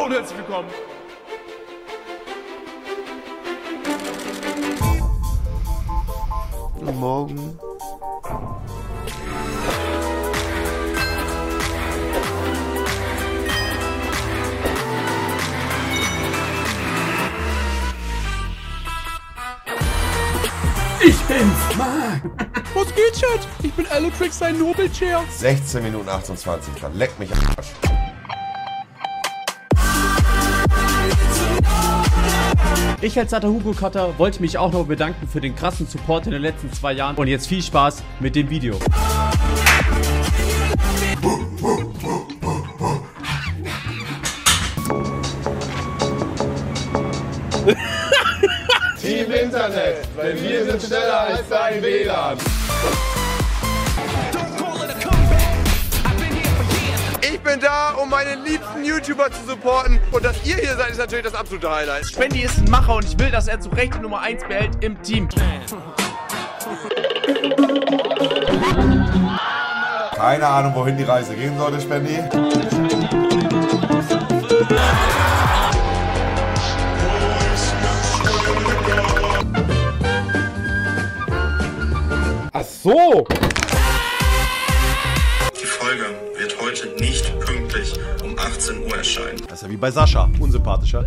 und herzlich willkommen. Guten Morgen. Ich bin's, Mann. Was geht, Chat? Ich bin Allotrix, sein Nobelchair. 16 Minuten 28, dann leck mich am Arsch. Ich als Sata Hugo Cutter wollte mich auch noch bedanken für den krassen Support in den letzten 2 Jahren. Und jetzt viel Spaß mit dem Video. Team Internet, denn wir sind schneller als dein WLAN. Ich bin da, um meine liebsten YouTuber zu supporten. Und dass ihr hier seid, ist natürlich das absolute Highlight. Spendi ist ein Macher und ich will, dass er zu Recht die Nummer 1 behält im Team. Keine Ahnung, wohin die Reise gehen sollte, Spendi. Ach so! Die Folge wird heute nicht pünktlich um 18 Uhr erscheinen. Das ist ja wie bei Sascha, unsympathischer.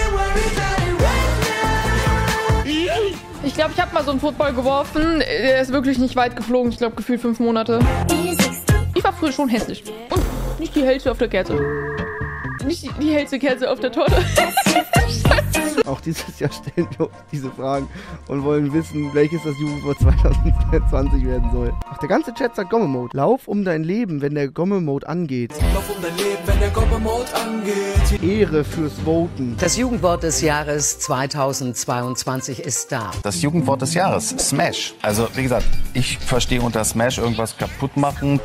Ich glaube, ich habe mal so einen Football geworfen. Der ist wirklich nicht weit geflogen. Ich glaube, gefühlt 5 Monate. Ich war früher schon hässlich. Und nicht die hellste auf der Kerze. Nicht die hellste Kerze auf der Torte. Auch dieses Jahr stellen wir diese Fragen und wollen wissen, welches das Jugendwort 2020 werden soll. Ach, der ganze Chat sagt Gomme-Mode. Lauf um dein Leben, wenn der Gomme-Mode angeht. Lauf um dein Leben, wenn der Gomme-Mode angeht. Ehre fürs Voten. Das Jugendwort des Jahres 2022 ist da. Das Jugendwort des Jahres, Smash. Also, wie gesagt, ich verstehe unter Smash irgendwas kaputt machen,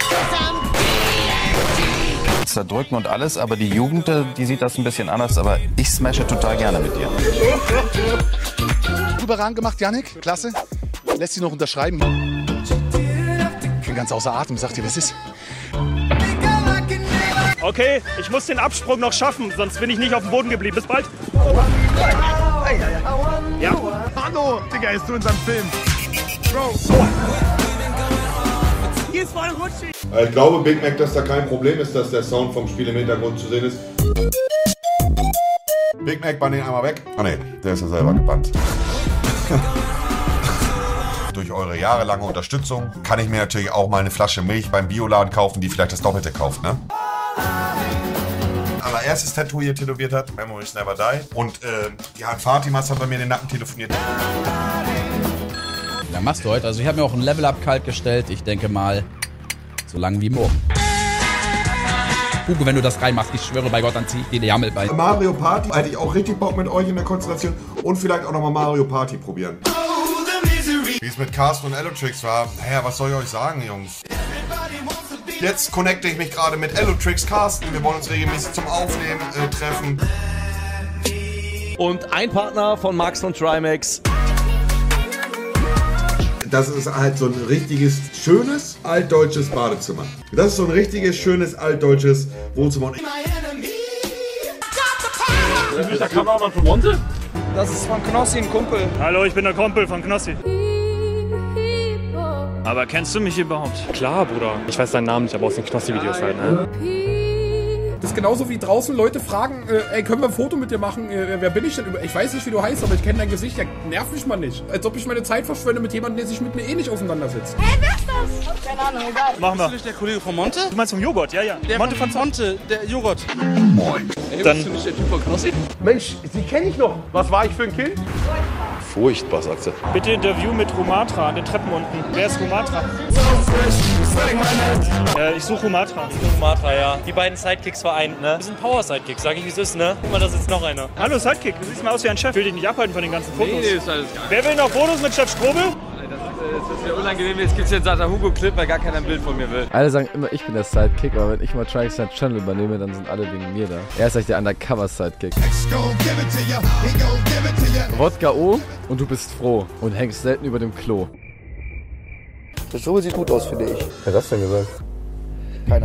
zerdrücken und alles, aber die Jugend, die sieht das ein bisschen anders, aber ich smashe total gerne mit dir. Überragend gemacht, Yannick, klasse. Lässt sich noch unterschreiben. Ich bin ganz außer Atem, sagt ihr, was ist? Okay, ich muss den Absprung noch schaffen, sonst bin ich nicht auf dem Boden geblieben. Bis bald. Ja. Hallo, Digga, ist du in unserem Film. Bro. Hier ist voll rutschig. Ich glaube, Big Mac, dass da kein Problem ist, dass der Sound vom Spiel im Hintergrund zu sehen ist. Big Mac, bann den einmal weg. Ah ne, der ist ja selber gebannt. Durch eure jahrelange Unterstützung kann ich mir natürlich auch mal eine Flasche Milch beim Bioladen kaufen, die vielleicht das Doppelte kauft, ne? Allererstes Tattoo hier tätowiert hat, Memories Never Die. Und ja, Fatimas hat bei mir in den Nacken telefoniert. Wie lange machst du heute? Also ich habe mir auch ein Level-Up kalt gestellt. Ich denke mal, so lang wie morgen. Hugo, wenn du das reinmachst, ich schwöre bei Gott, dann zieh ich dir die Jammel bei. Mario Party hätte ich auch richtig Bock mit euch in der Konstellation. Und vielleicht auch nochmal Mario Party probieren. Wie es mit Carsten und Allotrix war, naja, was soll ich euch sagen, Jungs? Jetzt connecte ich mich gerade mit Allotrix Carsten. Wir wollen uns regelmäßig zum Aufnehmen treffen. Und ein Partner von Max von Trimax. Das ist halt so ein richtiges, schönes, altdeutsches Badezimmer. Das ist so ein richtiges, schönes, altdeutsches Wohnzimmer. Ist der Kameramann von Monte? Das ist von Knossi, ein Kumpel. Hallo, ich bin der Kumpel von Knossi. Aber kennst du mich überhaupt? Klar, Bruder. Ich weiß deinen Namen nicht, aber aus den Knossi-Videos halt, ne? Das ist genauso wie draußen Leute fragen, ey, können wir ein Foto mit dir machen? Wer bin ich denn? Ich weiß nicht, wie du heißt, aber ich kenne dein Gesicht. Ja, nerv mich mal nicht. Als ob ich meine Zeit verschwende mit jemandem, der sich mit mir eh nicht auseinandersetzt. Hey, wer ist das? Keine Ahnung, egal. Machen wir. Bist du nicht der Kollege von Monte? Du meinst vom Joghurt? Ja, ja. Der Monte von Monte, der Joghurt. Moin. Ey, Dann- bist du nicht der Typ von Knossi? Mensch, Sie kenne ich noch. Was war ich für ein Kind? Furchtbar, sagt sie. Bitte Interview mit Rumatra an den Treppen unten. Wer ist Rumatra? Ich suche Rumatra. Sumatra, ja. Die beiden Sidekicks vereint, ne? Wir sind Power-Sidekicks, sag ich, wie es ist, ne? Guck mal, das ist noch einer. Hallo Sidekick, du siehst mal aus wie ein Chef. Will dich nicht abhalten von den ganzen Fotos. Nee, ist alles geil. Wer will noch Fotos mit Chef Strobel? Das ist ja unangenehm. Jetzt gibt's den Sata Hugo-Clip, weil gar keiner ein Bild von mir will. Alle sagen immer, ich bin der Sidekick, aber wenn ich mal Trimax sein Channel übernehme, dann sind alle wegen mir da. Er ist eigentlich der Undercover-Sidekick. Wodka O und du bist froh und hängst selten über dem Klo. Der Strobel sieht gut aus, finde ich. Wer hat das denn gesagt? Keiner.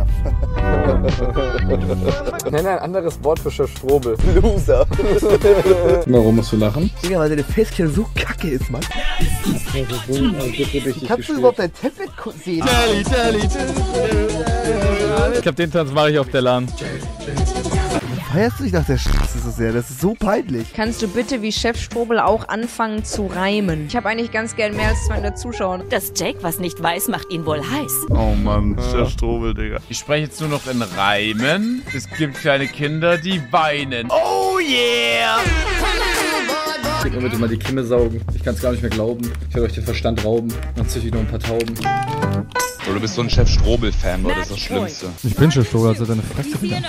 Nenne ein anderes Wort für Chef Strobel. Loser. Warum musst du lachen? Digga, weil deine Facecam so kacke ist, Mann. Kannst du überhaupt dein Tablet sehen? Ich glaube, den Tanz mache ich auf der LAN. Feierst du dich nach der Scheiße so sehr? Das ist so peinlich. Kannst du bitte wie Chef Strobel auch anfangen zu reimen? Ich habe eigentlich ganz gern mehr als 200 Zuschauer. Dass Jake was nicht weiß, macht ihn wohl heiß. Oh Mann, Chef Strobel, Digga. Ich spreche jetzt nur noch in Reimen. Es gibt kleine Kinder, die weinen. Oh yeah! Schick mir bitte mal die Kimme saugen. Ich kann es gar nicht mehr glauben. Ich werde euch den Verstand rauben. Dann züchte ich noch ein paar Tauben. Oh, du bist so ein Chef Strobel-Fanboy, das ist das Schlimmste. Ich bin Chef Strobel, also deine Fresse wieder.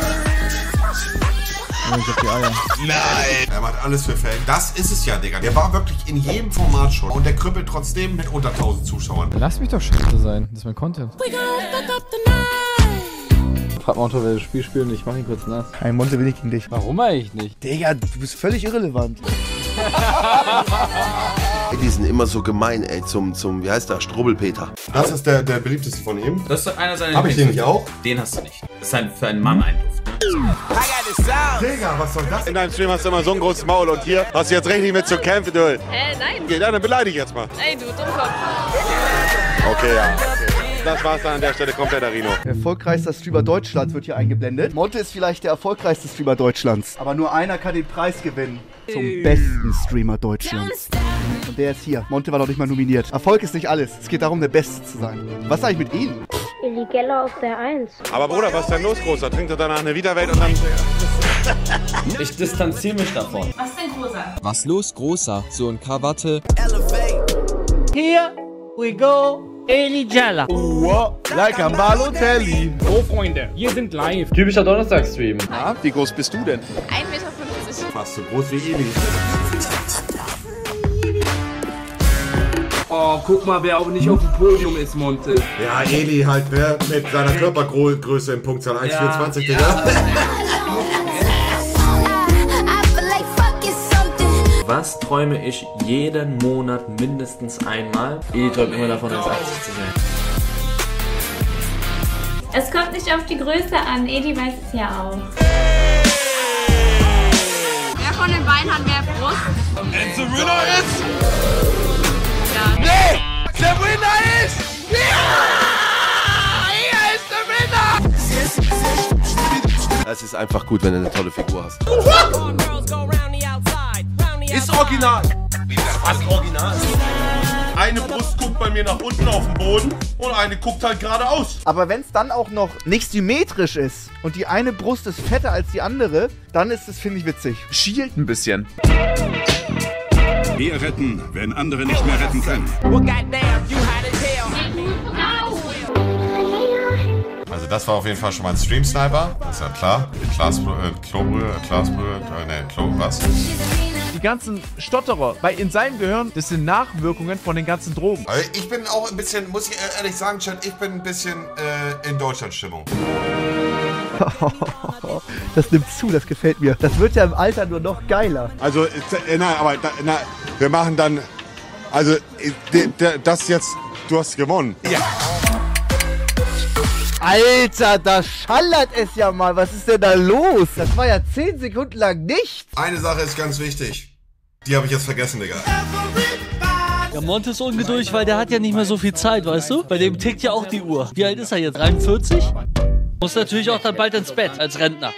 Ich hab die Eier. Nein! Er macht alles für Fan. Das ist es ja, Digga. Der war wirklich in jedem Format schon. Und der krüppelt trotzdem mit unter 1000 Zuschauern. Lass mich doch scheiße sein. Das ist mein Content. Frag mal, unter welches Spiel spielen. Ich mach ihn kurz nass. Kein Monte will ich gegen dich. Warum eigentlich nicht? Digga, du bist völlig irrelevant. Die sind immer so gemein, ey, zum wie heißt der, Strobelpeter. Das ist der beliebteste von ihm. Das ist einer seiner. Hab ich den nicht auch? Den hast du nicht. Das ist für einen Mann ein Duft. Digga, was soll das? In deinem Stream hast du immer so ein großes Maul und hier hast du jetzt richtig mit zu kämpfen, du. Nein. Okay, dann beleidige ich jetzt mal. Ey, du Dummkopf. Okay, ja. Das war's dann an der Stelle komplett, Arino. Erfolgreichster Streamer Deutschlands wird hier eingeblendet. Monte ist vielleicht der erfolgreichste Streamer Deutschlands. Aber nur einer kann den Preis gewinnen. Zum besten Streamer Deutschlands. Und der ist hier. Monte war noch nicht mal nominiert. Erfolg ist nicht alles. Es geht darum, der Beste zu sein. Was ist eigentlich mit Ihnen? Illegella auf der 1. Aber Bruder, was ist denn los, Großer? Trinkt er danach eine Wiederwelt und dann... Ich distanziere mich davon. Was denn, Großer? Was los, Großer? So ein Krawatte. Here we go. Illegella. Like a Balotelli. So, Freunde, wir sind live. Typischer Donnerstagsstream. Ja, wie groß bist du denn? 1,50 Meter. Fast so groß wie Eli. Oh, guck mal, wer auch nicht auf dem Podium ist, Monte. Ja, Eli halt, ne, mit seiner Körpergröße in Punktzahl 1,24, Digga. Was träume ich jeden Monat mindestens einmal? Ich träume immer davon, 1,80 zu sein. Es kommt nicht auf die Größe an. Edi weiß es ja auch. Wer von den beiden hat mehr Brust? And the winner is... Ja. Nee! Der Winner ist... Ja! Hier ist der Winner! Es ist einfach gut, wenn du eine tolle Figur hast. Ist original. Fast original. Eine Brust guckt bei mir nach unten auf den Boden und eine guckt halt geradeaus. Aber wenn es dann auch noch nicht symmetrisch ist und die eine Brust ist fetter als die andere, dann ist es, finde ich, witzig. Schielt ein bisschen. Wir retten, wenn andere nicht mehr retten können. Also das war auf jeden Fall schon mal ein Stream-Sniper. Ist ja klar. Klobrühe, was? Die ganzen Stotterer in seinem Gehirn, das sind Nachwirkungen von den ganzen Drogen. Also ich bin auch ein bisschen, muss ich ehrlich sagen, Chat, ich bin ein bisschen in Deutschland-Stimmung. Das nimmt zu, das gefällt mir. Das wird ja im Alter nur noch geiler. Also, wir machen dann, also, das jetzt, du hast gewonnen. Ja. Alter, da schallert es ja mal. Was ist denn da los? Das war ja 10 Sekunden lang nichts. Eine Sache ist ganz wichtig. Die habe ich jetzt vergessen, Digga. Ja, Monte ist ungeduldig, weil der hat ja nicht mehr so viel Zeit, weißt du? Bei dem tickt ja auch die Uhr. Wie alt ist er jetzt? 43? Muss natürlich auch dann bald ins Bett als Rentner.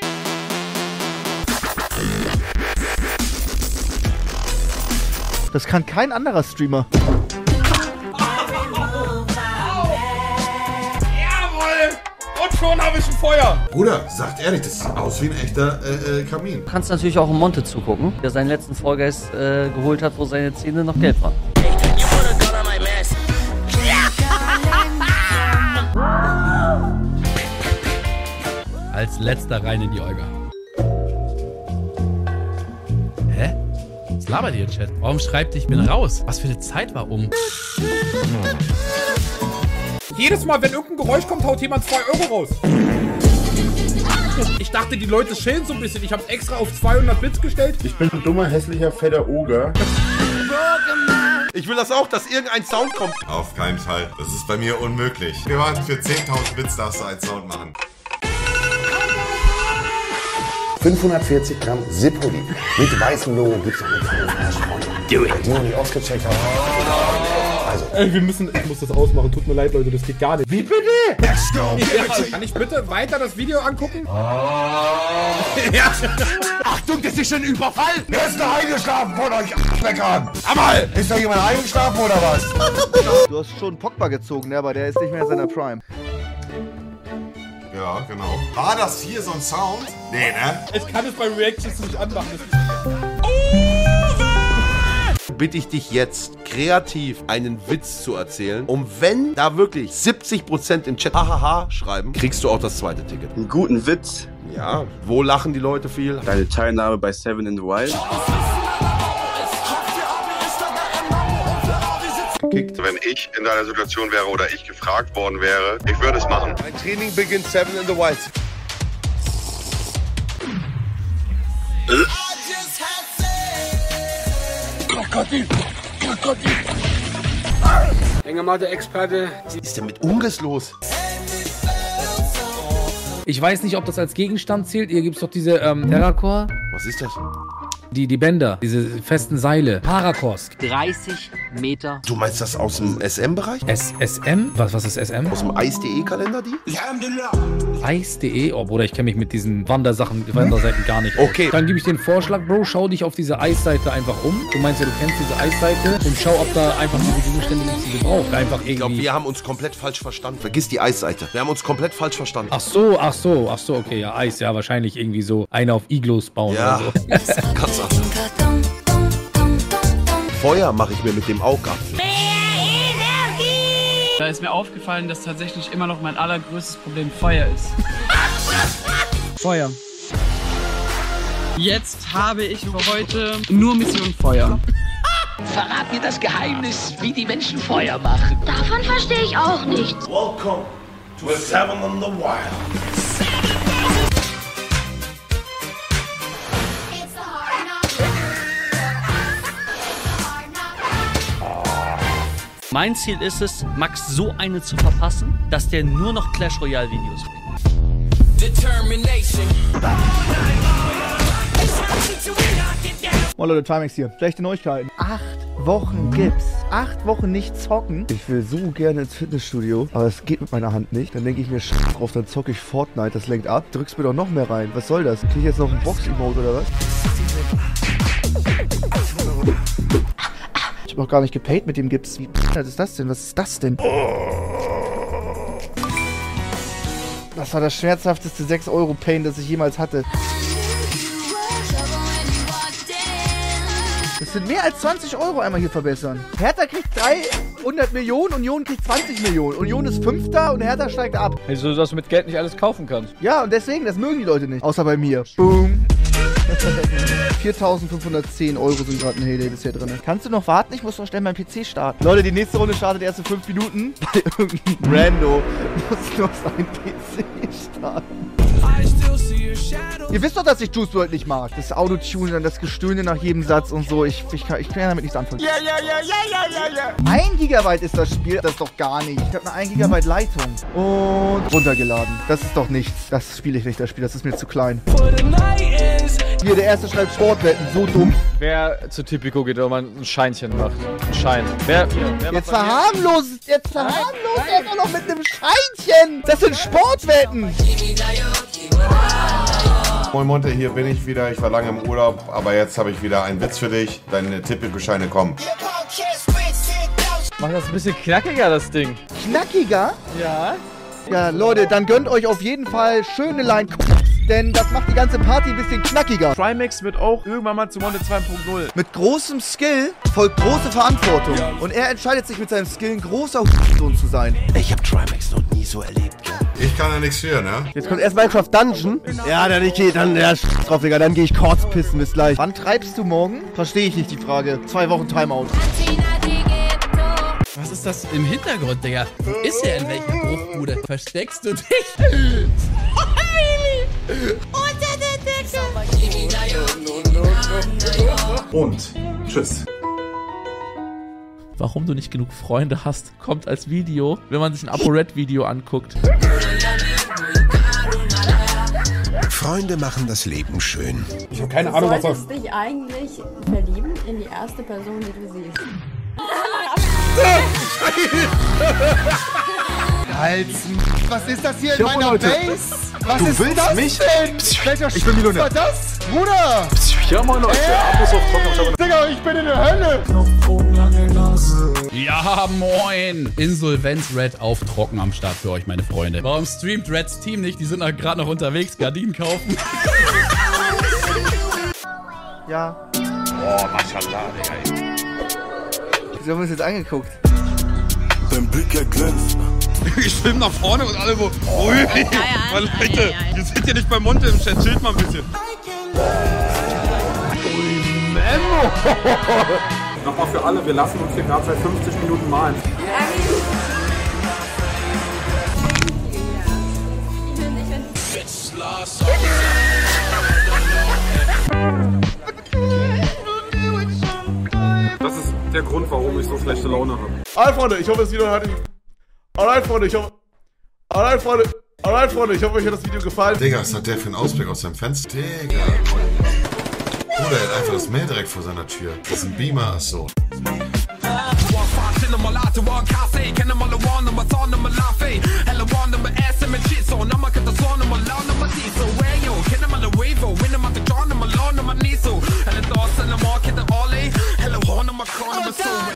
Das kann kein anderer Streamer. Und schon habe ich ein Feuer. Bruder, sagt ehrlich, das sieht aus wie ein echter Kamin. Du kannst natürlich auch im Monte zugucken, der seinen letzten Vollgeist geholt hat, wo seine Zähne noch gelb waren. Als letzter rein in die Olga. Hä? Was labert ihr, Chat? Warum schreibt ihr, ich bin raus? Was für eine Zeit war um? Jedes Mal, wenn irgendein Geräusch kommt, haut jemand 2 Euro raus. Ich dachte, die Leute chillen so ein bisschen. Ich hab's extra auf 200 Bits gestellt. Ich bin ein dummer, hässlicher, fetter Oger. Ich will das auch, dass irgendein Sound kommt. Auf keinen Fall. Das ist bei mir unmöglich. Wir warten für 10.000 Bits, darfst du einen Sound machen. 540 Gramm Zippo-Li mit weißem Logo gibt's noch mit von do it. Die noch nicht ausgecheckt haben. Also. Ey, ich muss das ausmachen. Tut mir leid, Leute, das geht gar nicht. Wie bitte? Let's go. Ja, kann ich bitte weiter das Video angucken? Ja. Achtung, das ist ein Überfall! Wer ist da eingeschlafen von euch Arschleckern? Einmal! Ist da jemand eingeschlafen oder was? Du hast schon Pogba gezogen, ne? Aber der ist nicht mehr in seiner Prime. Ja, genau. War das hier so ein Sound? Nee, ne? Ich kann es bei Reactions nicht anmachen. Bitte ich dich jetzt, kreativ einen Witz zu erzählen. Und wenn da wirklich 70% im Chat hahaha schreiben, kriegst du auch das zweite Ticket. Einen guten Witz. Ja, wo lachen die Leute viel? Deine Teilnahme bei Seven in the Wild. Wenn ich in deiner Situation wäre oder ich gefragt worden wäre, ich würde es machen. Mein Training beginnt Seven in the Wild. Hängematte-Experte. Was ist denn mit Unges los? Ich weiß nicht, ob das als Gegenstand zählt. Hier gibt es doch diese Terracore. Was ist das? Die Bänder, diese festen Seile. Parakosk. 30 Meter. Du meinst das aus dem SM-Bereich? SM? Was ist SM? Aus dem Eis.de-Kalender, die? Eis.de? Oh, Bruder, ich kenne mich mit diesen Wanderseiten gar nicht aus. Okay. Dann gebe ich den Vorschlag, Bro, schau dich auf diese Eisseite einfach um. Du meinst ja, du kennst diese Eisseite und schau, ob da einfach diese Gegenstände sind, die du brauchst. Einfach irgendwie. Ich glaube, wir haben uns komplett falsch verstanden. Vergiss die Eisseite. Wir haben uns komplett falsch verstanden. Ach so, okay, ja, Eis, ja, wahrscheinlich irgendwie so eine auf Iglos bauen ja. oder so. Ganz anders. Feuer mache ich mir mit dem Augapfel. Da ist mir aufgefallen, dass tatsächlich immer noch mein allergrößtes Problem Feuer ist. Feuer. Jetzt habe ich für heute nur Mission Feuer. Verrat mir das Geheimnis, wie die Menschen Feuer machen. Davon verstehe ich auch nichts. Welcome to Seven in the Wild. Mein Ziel ist es, Max so eine zu verpassen, dass der nur noch Clash Royale Videos bringt. Moin Leute, Timex hier. Schlechte Neuigkeiten. 8 Wochen Gips. 8 Wochen nicht zocken. Ich will so gerne ins Fitnessstudio, aber es geht mit meiner Hand nicht. Dann denke ich mir, drauf, dann zocke ich Fortnite, das lenkt ab. Drückst mir doch noch mehr rein. Was soll das? Krieg ich jetzt noch einen Box-Emote oder was? Ich hab noch gar nicht gepaid mit dem Gips. Wie ist das denn? Was ist das denn? Das war das schmerzhafteste 6 € Pain, das ich jemals hatte. Das sind mehr als 20 € einmal hier verbessern. Hertha kriegt 300 Millionen, Union kriegt 20 Millionen. Union ist Fünfter und Hertha steigt ab. Wieso, dass du mit Geld nicht alles kaufen kannst? Ja, und deswegen, das mögen die Leute nicht. Außer bei mir. Boom. 4.510 € sind gerade in Heyday bisher drin. Kannst du noch warten? Ich muss noch schnell meinen PC starten. Leute, die nächste Runde startet erst in 5 Minuten. Bei irgendeinem Rando muss noch sein PC starten. Ihr wisst doch, dass ich Juice WRLD nicht mag. Das Autotune, dann das Gestöhne nach jedem Satz und so. Ich kann damit nichts anfangen. Ja. 1 GB ist das Spiel. Das ist doch gar nicht. Ich habe eine 1 GB Leitung. Und runtergeladen. Das ist doch nichts. Das spiele ich nicht, das Spiel. Das ist mir zu klein. Hier, der erste schreibt Sportwetten. So dumm. Wer zu Tipico geht, wenn man ein Scheinchen macht. Ein Schein. Wer jetzt verharmlost er doch noch mit einem Scheinchen. Das sind Sportwetten. Moin Monte, hier bin ich wieder. Ich war lange im Urlaub, aber jetzt habe ich wieder einen Witz für dich. Deine Tipico-Scheine kommen. Mach das ein bisschen knackiger, das Ding. Knackiger? Ja. Ja, Leute, dann gönnt euch auf jeden Fall schöne Line, denn das macht die ganze Party ein bisschen knackiger. Trimax wird auch irgendwann mal zu Monte 2.0. Mit großem Skill folgt große Verantwortung. Ja. Und er entscheidet sich mit seinem Skill, ein großer Sohn zu sein. Ich hab Trimax noch nie so erlebt. Ich kann ja nichts für, ne? Jetzt kommt erst Minecraft Dungeon. Ja, dann drauf, Digga. Dann gehe ich kurz pissen, bis gleich. Wann treibst du morgen? Verstehe ich nicht die Frage. 2 Wochen Timeout. Was ist das im Hintergrund, Digga? Wo ist er? In welcher Bruchbude? Versteckst du dich? Unter der Decke. Und tschüss. warum du nicht genug Freunde hast, kommt als Video, wenn man sich ein ApoRed-Video anguckt. Freunde machen das Leben schön. Ich habe keine Ahnung, was Du das... solltest dich eigentlich verlieben in die erste Person, die du siehst. Halsen. Was ist das hier in meiner Leute. Base? Was Du ist willst das mich? denn? Welcher Ich bin Millionär. war das? Bruder! Ja, moin Leute. Abos auf Trocken. Digga, ich bin in der Hölle! Ja, moin! Insolvenz Red auf Trocken am Start für euch, meine Freunde. Warum streamt Reds Team nicht? Die sind gerade noch unterwegs, Gardinen kaufen. Ja. Boah, Maschallah, Digga. Sie haben uns jetzt angeguckt. Dein Blick erglänzt. Ich film nach vorne und alle so, ruhig. Weil Leute, wir sind ja nicht bei Monte im Chat, chillt mal ein bisschen. Memo! Nochmal für alle, wir lassen uns hier gerade seit 50 Minuten malen. Das ist der Grund, warum ich so schlechte Laune habe. Alright, Freunde, ich hoffe, das Video hat euch... Alright, Freunde, ich hoffe... euch hat das Video gefallen. Digga, was hat der für einen Ausblick aus seinem Fenster? Digga. Oder er hat einfach das Meer direkt vor seiner Tür. Das ist ein Beamer, achso.